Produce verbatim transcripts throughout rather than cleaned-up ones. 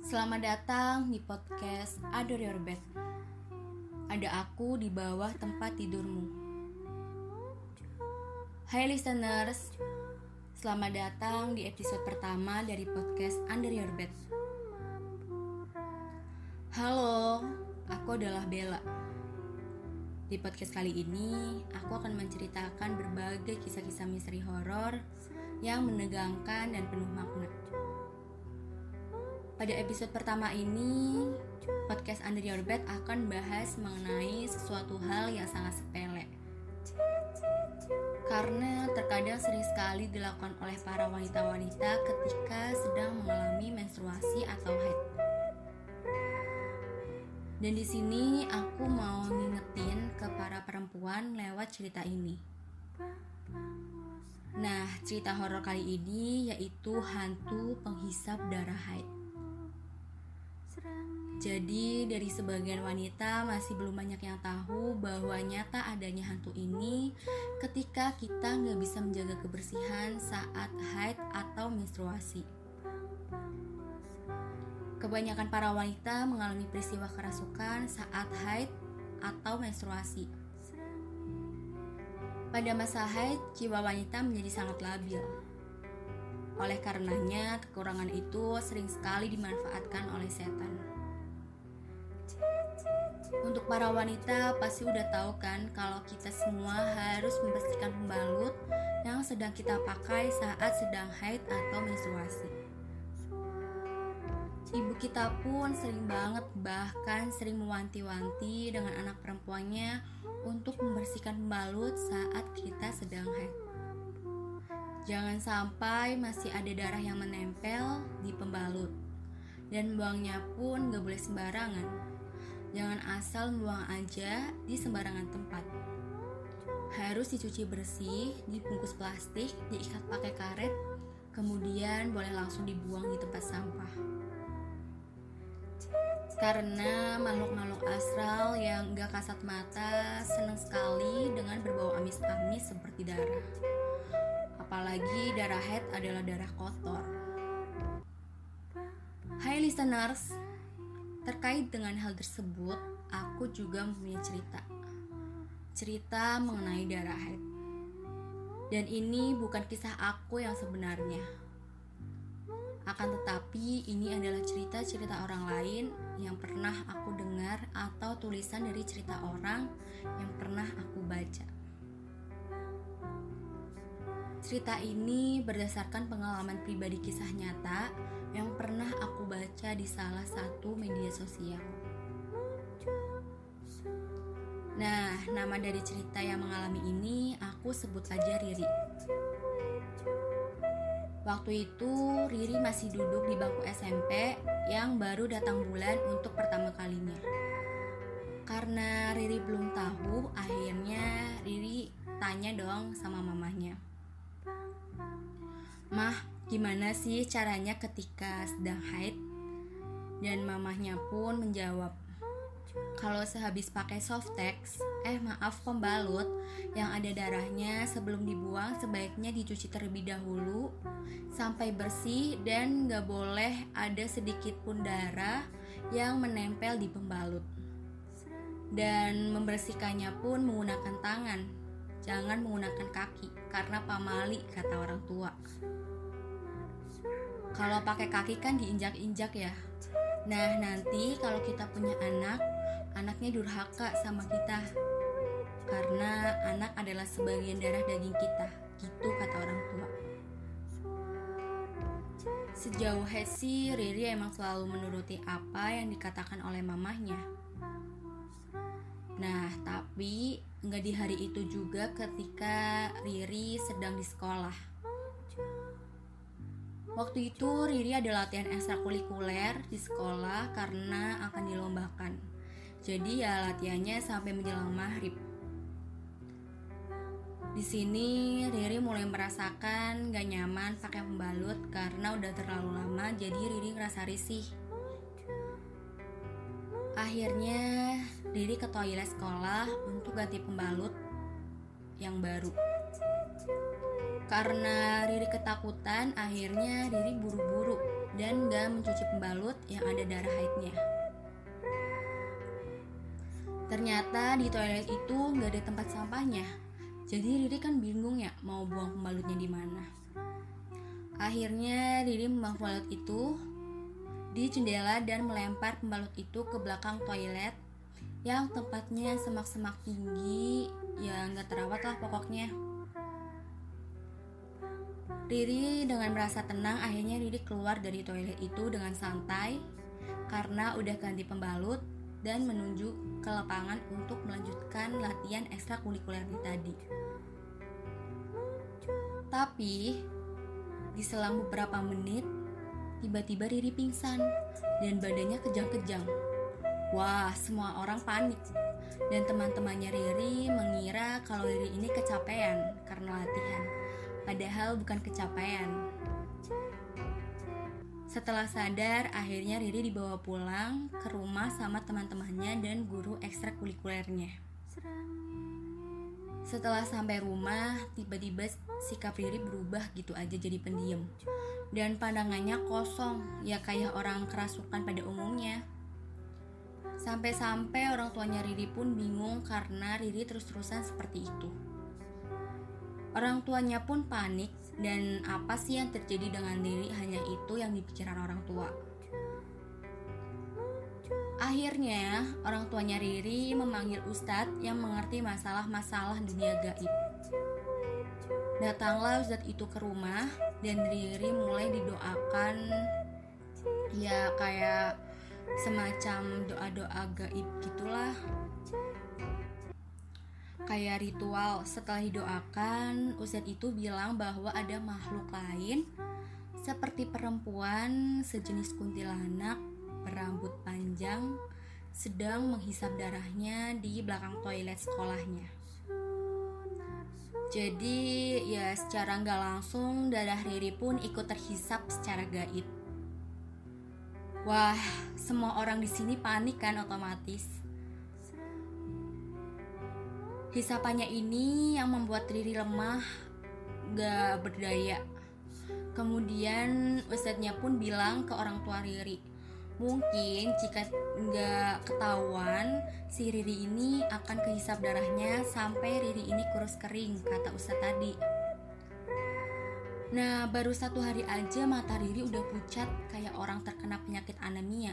Selamat datang di podcast Adore Your Bed. Ada aku di bawah tempat tidurmu. Hai listeners, selamat datang di episode pertama dari podcast Under Your Bed. Halo, aku adalah Bella. Di podcast kali ini, aku akan menceritakan berbagai kisah-kisah misteri horor yang menegangkan dan penuh makna. Pada episode pertama ini, podcast Under Your Bed akan bahas mengenai sesuatu hal yang sangat sepele. Karena terkadang sering sekali dilakukan oleh para wanita-wanita ketika sedang mengalami menstruasi atau haid. Dan di sini aku mau ngingetin ke para perempuan lewat cerita ini. Nah, cerita horor kali ini yaitu hantu penghisap darah haid. Jadi dari sebagian wanita masih belum banyak yang tahu bahwa nyata adanya hantu ini ketika kita gak bisa menjaga kebersihan saat haid atau menstruasi. Kebanyakan para wanita mengalami peristiwa kerasukan saat haid atau menstruasi. Pada masa haid, jiwa wanita menjadi sangat labil. Oleh karenanya, kekurangan itu sering sekali dimanfaatkan oleh setan. Untuk para wanita pasti udah tahu kan kalau kita semua harus membersihkan pembalut yang sedang kita pakai saat sedang haid atau menstruasi. Ibu kita pun sering banget bahkan sering mewanti-wanti dengan anak perempuannya untuk membersihkan pembalut saat kita sedang haid. Jangan sampai masih ada darah yang menempel di pembalut. Dan buangnya pun gak boleh sembarangan. Jangan asal buang aja di sembarangan tempat. Harus dicuci bersih, dibungkus plastik, diikat pakai karet, kemudian boleh langsung dibuang di tempat sampah. Karena makhluk-makhluk astral yang gak kasat mata senang sekali dengan berbau amis-amis seperti darah. Apalagi darah haid adalah darah kotor. Hai listeners, terkait dengan hal tersebut, aku juga mempunyai cerita. Cerita mengenai darah haid. Dan ini bukan kisah aku yang sebenarnya. Akan tetapi ini adalah cerita-cerita orang lain yang pernah aku dengar atau tulisan dari cerita orang yang pernah aku baca. Cerita ini berdasarkan pengalaman pribadi kisah nyata yang pernah aku baca di salah satu media sosial. Nah, nama dari cerita yang mengalami ini aku sebut aja Riri. Waktu itu Riri masih duduk di bangku S M P yang baru datang bulan untuk pertama kalinya. Karena Riri belum tahu, akhirnya Riri tanya dong sama mamahnya. Mah, gimana sih caranya ketika sedang haid? Dan mamahnya pun menjawab, kalau sehabis pakai Softex, eh maaf pembalut yang ada darahnya sebelum dibuang sebaiknya dicuci terlebih dahulu sampai bersih dan gak boleh ada sedikit pun darah yang menempel di pembalut. Dan membersihkannya pun menggunakan tangan, jangan menggunakan kaki karena pamali kata orang tua. Kalau pakai kaki kan diinjak-injak ya. Nah nanti kalau kita punya anak, anaknya durhaka sama kita. Karena anak adalah sebagian darah daging kita, gitu kata orang tua. Sejauh Hesi, Riri emang selalu menuruti apa yang dikatakan oleh mamahnya. Nah tapi gak di hari itu juga ketika Riri sedang di sekolah. Waktu itu Riri ada latihan ekstrakurikuler di sekolah karena akan dilombakan. Jadi ya latihannya sampai menjelang maghrib. Di sini Riri mulai merasakan gak nyaman pakai pembalut karena udah terlalu lama, jadi Riri ngerasa risih. Akhirnya Riri ke toilet sekolah untuk ganti pembalut yang baru. Karena Riri ketakutan, akhirnya Riri buru-buru dan gak mencuci pembalut yang ada darah haidnya. Ternyata di toilet itu gak ada tempat sampahnya. Jadi Riri kan bingung ya mau buang pembalutnya di mana. Akhirnya Riri membuang pembalut itu di jendela dan melempar pembalut itu ke belakang toilet yang tempatnya semak-semak tinggi, ya gak terawat lah pokoknya. Riri dengan merasa tenang, akhirnya Riri keluar dari toilet itu dengan santai karena udah ganti pembalut dan menuju ke lapangan untuk melanjutkan latihan ekstrakurikulernya tadi. Tapi di selang beberapa menit tiba-tiba Riri pingsan dan badannya kejang-kejang. Wah, semua orang panik dan teman-temannya Riri mengira kalau Riri ini kecapean karena latihan, padahal bukan kecapean. Setelah sadar, akhirnya Riri dibawa pulang ke rumah sama teman-temannya dan guru ekstrakurikulernya. Setelah sampai rumah, tiba-tiba sikap Riri berubah gitu aja jadi pendiam. Dan pandangannya kosong, ya kayak orang kerasukan pada umumnya. Sampai-sampai orang tuanya Riri pun bingung karena Riri terus-terusan seperti itu. Orang tuanya pun panik, dan apa sih yang terjadi dengan Riri hanya itu yang dipikirkan orang tua. Akhirnya orang tuanya Riri memanggil ustadz yang mengerti masalah-masalah dunia gaib. Datanglah ustadz itu ke rumah dan Riri mulai didoakan, ya kayak semacam doa-doa gaib gitulah, kayak ritual. Setelah didoakan, ustadz itu bilang bahwa ada makhluk lain seperti perempuan sejenis kuntilanak berambut panjang sedang menghisap darahnya di belakang toilet sekolahnya. Jadi ya secara gak langsung darah Riri pun ikut terhisap secara gaib. Wah, semua orang di sini panik kan otomatis. Hisapannya ini yang membuat Riri lemah, gak berdaya. Kemudian ustadznya pun bilang ke orang tua Riri, mungkin jika gak ketahuan, si Riri ini akan kehisap darahnya sampai Riri ini kurus kering, kata ustadz tadi. Nah, baru satu hari aja mata Riri udah pucat kayak orang terkena penyakit anemia.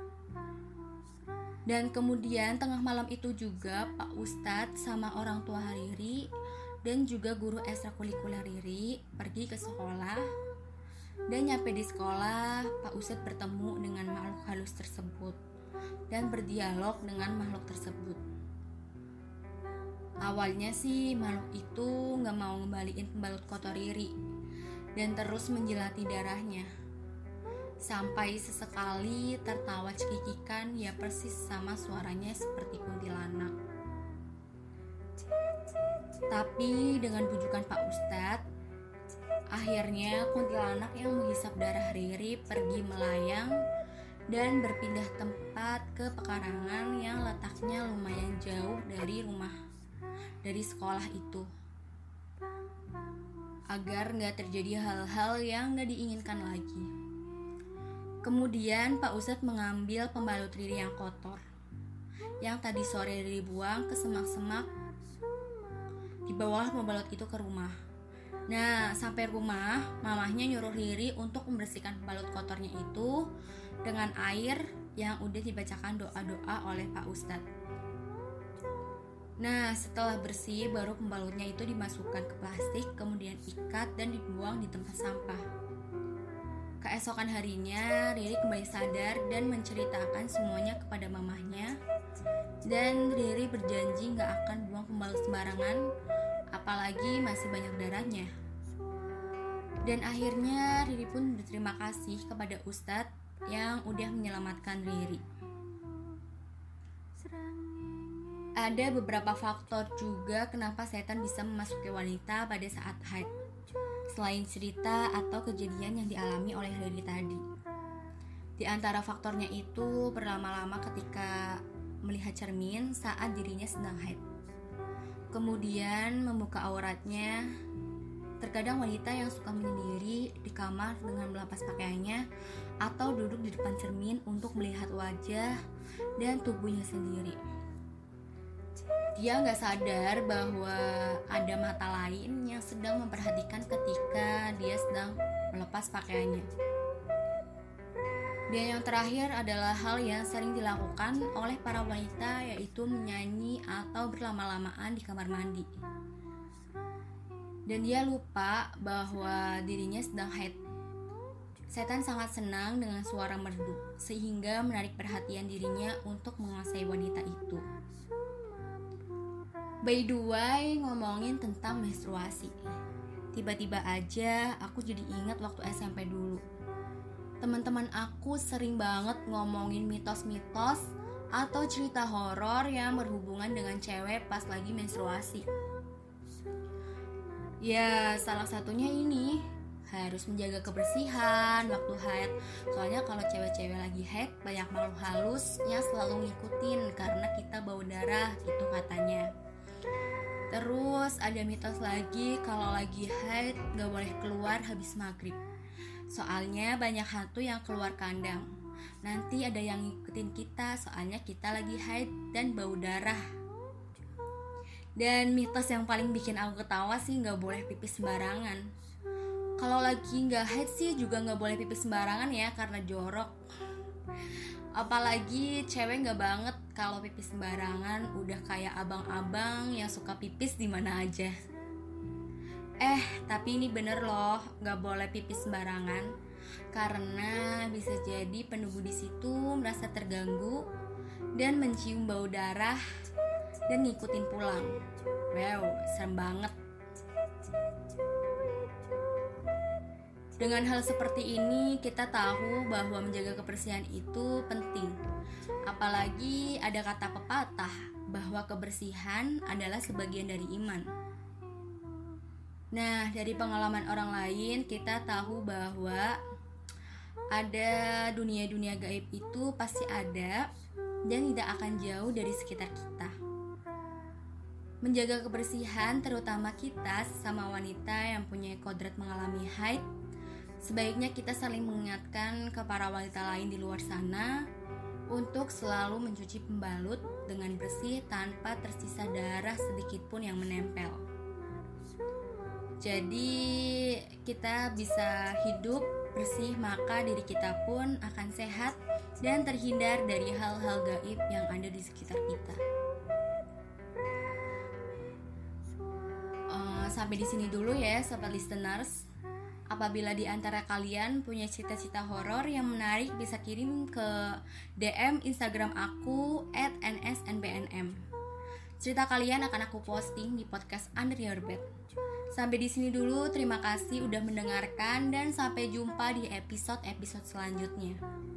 Dan kemudian tengah malam itu juga Pak Ustadz sama orang tua Riri dan juga guru ekstrakurikuler Riri pergi ke sekolah. Dan nyampe di sekolah, Pak Ustadz bertemu dengan makhluk halus tersebut dan berdialog dengan makhluk tersebut. Awalnya sih makhluk itu gak mau ngembaliin pembalut kotor Riri dan terus menjilati darahnya, sampai sesekali tertawa cekikikan, ya persis sama suaranya seperti kuntilanak. Tapi dengan bujukan Pak Ustadz, akhirnya kuntilanak yang menghisap darah Riri pergi melayang dan berpindah tempat ke pekarangan yang letaknya lumayan jauh dari rumah, dari sekolah itu, agar gak terjadi hal-hal yang gak diinginkan lagi. Kemudian Pak Ustadz mengambil pembalut Riri yang kotor, yang tadi sore Riri buang ke semak-semak, dibawalah pembalut itu ke rumah. Nah, sampai rumah, mamahnya nyuruh Riri untuk membersihkan pembalut kotornya itu dengan air yang udah dibacakan doa-doa oleh Pak Ustadz. Nah, setelah bersih, baru pembalutnya itu dimasukkan ke plastik, kemudian ikat dan dibuang di tempat sampah. Keesokan harinya, Riri kembali sadar dan menceritakan semuanya kepada mamahnya. Dan Riri berjanji gak akan buang pembalut sembarangan, apalagi masih banyak darahnya. Dan akhirnya Riri pun berterima kasih kepada Ustadz yang udah menyelamatkan Riri. Ada beberapa faktor juga kenapa setan bisa memasuki wanita pada saat haid, selain cerita atau kejadian yang dialami oleh Riri tadi. Di antara faktornya itu berlama-lama ketika melihat cermin saat dirinya sedang haid, kemudian membuka auratnya Terkadang wanita yang suka menyendiri di kamar dengan melepas pakaiannya atau duduk di depan cermin untuk melihat wajah dan tubuhnya sendiri. Dia gak sadar bahwa ada mata lain yang sedang memperhatikan ketika dia sedang melepas pakaiannya. Dan yang terakhir adalah hal yang sering dilakukan oleh para wanita, yaitu menyanyi atau berlama-lamaan di kamar mandi. Dan dia lupa bahwa dirinya sedang haid. Setan sangat senang dengan suara merdu, sehingga menarik perhatian dirinya untuk menguasai wanita itu. By the way, ngomongin tentang menstruasi, tiba-tiba aja aku jadi ingat waktu S M P dulu. Teman-teman aku sering banget ngomongin mitos-mitos atau cerita horor yang berhubungan dengan cewek pas lagi menstruasi. Ya, salah satunya ini, harus menjaga kebersihan waktu haid. Soalnya kalau cewek-cewek lagi haid, banyak makhluk halus yang selalu ngikutin karena kita bau darah gitu katanya. Terus ada mitos lagi kalau lagi haid gak boleh keluar habis maghrib. Soalnya banyak hantu yang keluar kandang. Nanti ada yang ngikutin kita soalnya kita lagi haid dan bau darah. Dan mitos yang paling bikin aku ketawa sih gak boleh pipis sembarangan. Kalau lagi gak haid sih juga gak boleh pipis sembarangan ya, karena jorok. Apalagi cewek gak banget kalau pipis sembarangan, udah kayak abang-abang yang suka pipis di mana aja. Eh, tapi ini bener loh, gak boleh pipis sembarangan. Karena bisa jadi penunggu di situ merasa terganggu dan mencium bau darah dan ngikutin pulang. Wow, serem banget. Dengan hal seperti ini, kita tahu bahwa menjaga kebersihan itu penting. Apalagi ada kata pepatah bahwa kebersihan adalah sebagian dari iman. Nah, dari pengalaman orang lain, kita tahu bahwa ada dunia-dunia gaib itu pasti ada dan tidak akan jauh dari sekitar kita. Menjaga kebersihan terutama kita sesama wanita yang punya kodrat mengalami haid, sebaiknya kita saling mengingatkan ke para wanita lain di luar sana untuk selalu mencuci pembalut dengan bersih tanpa tersisa darah sedikit pun yang menempel. Jadi kita bisa hidup bersih, maka diri kita pun akan sehat dan terhindar dari hal-hal gaib yang ada di sekitar kita. Uh, sampai di sini dulu ya sobat listeners. Apabila di antara kalian punya cerita-cerita horor yang menarik, bisa kirim ke D M Instagram aku at n s n b n m. Cerita kalian akan aku posting di podcast Under Your Bed. Sampai di sini dulu, terima kasih udah mendengarkan dan sampai jumpa di episode-episode selanjutnya.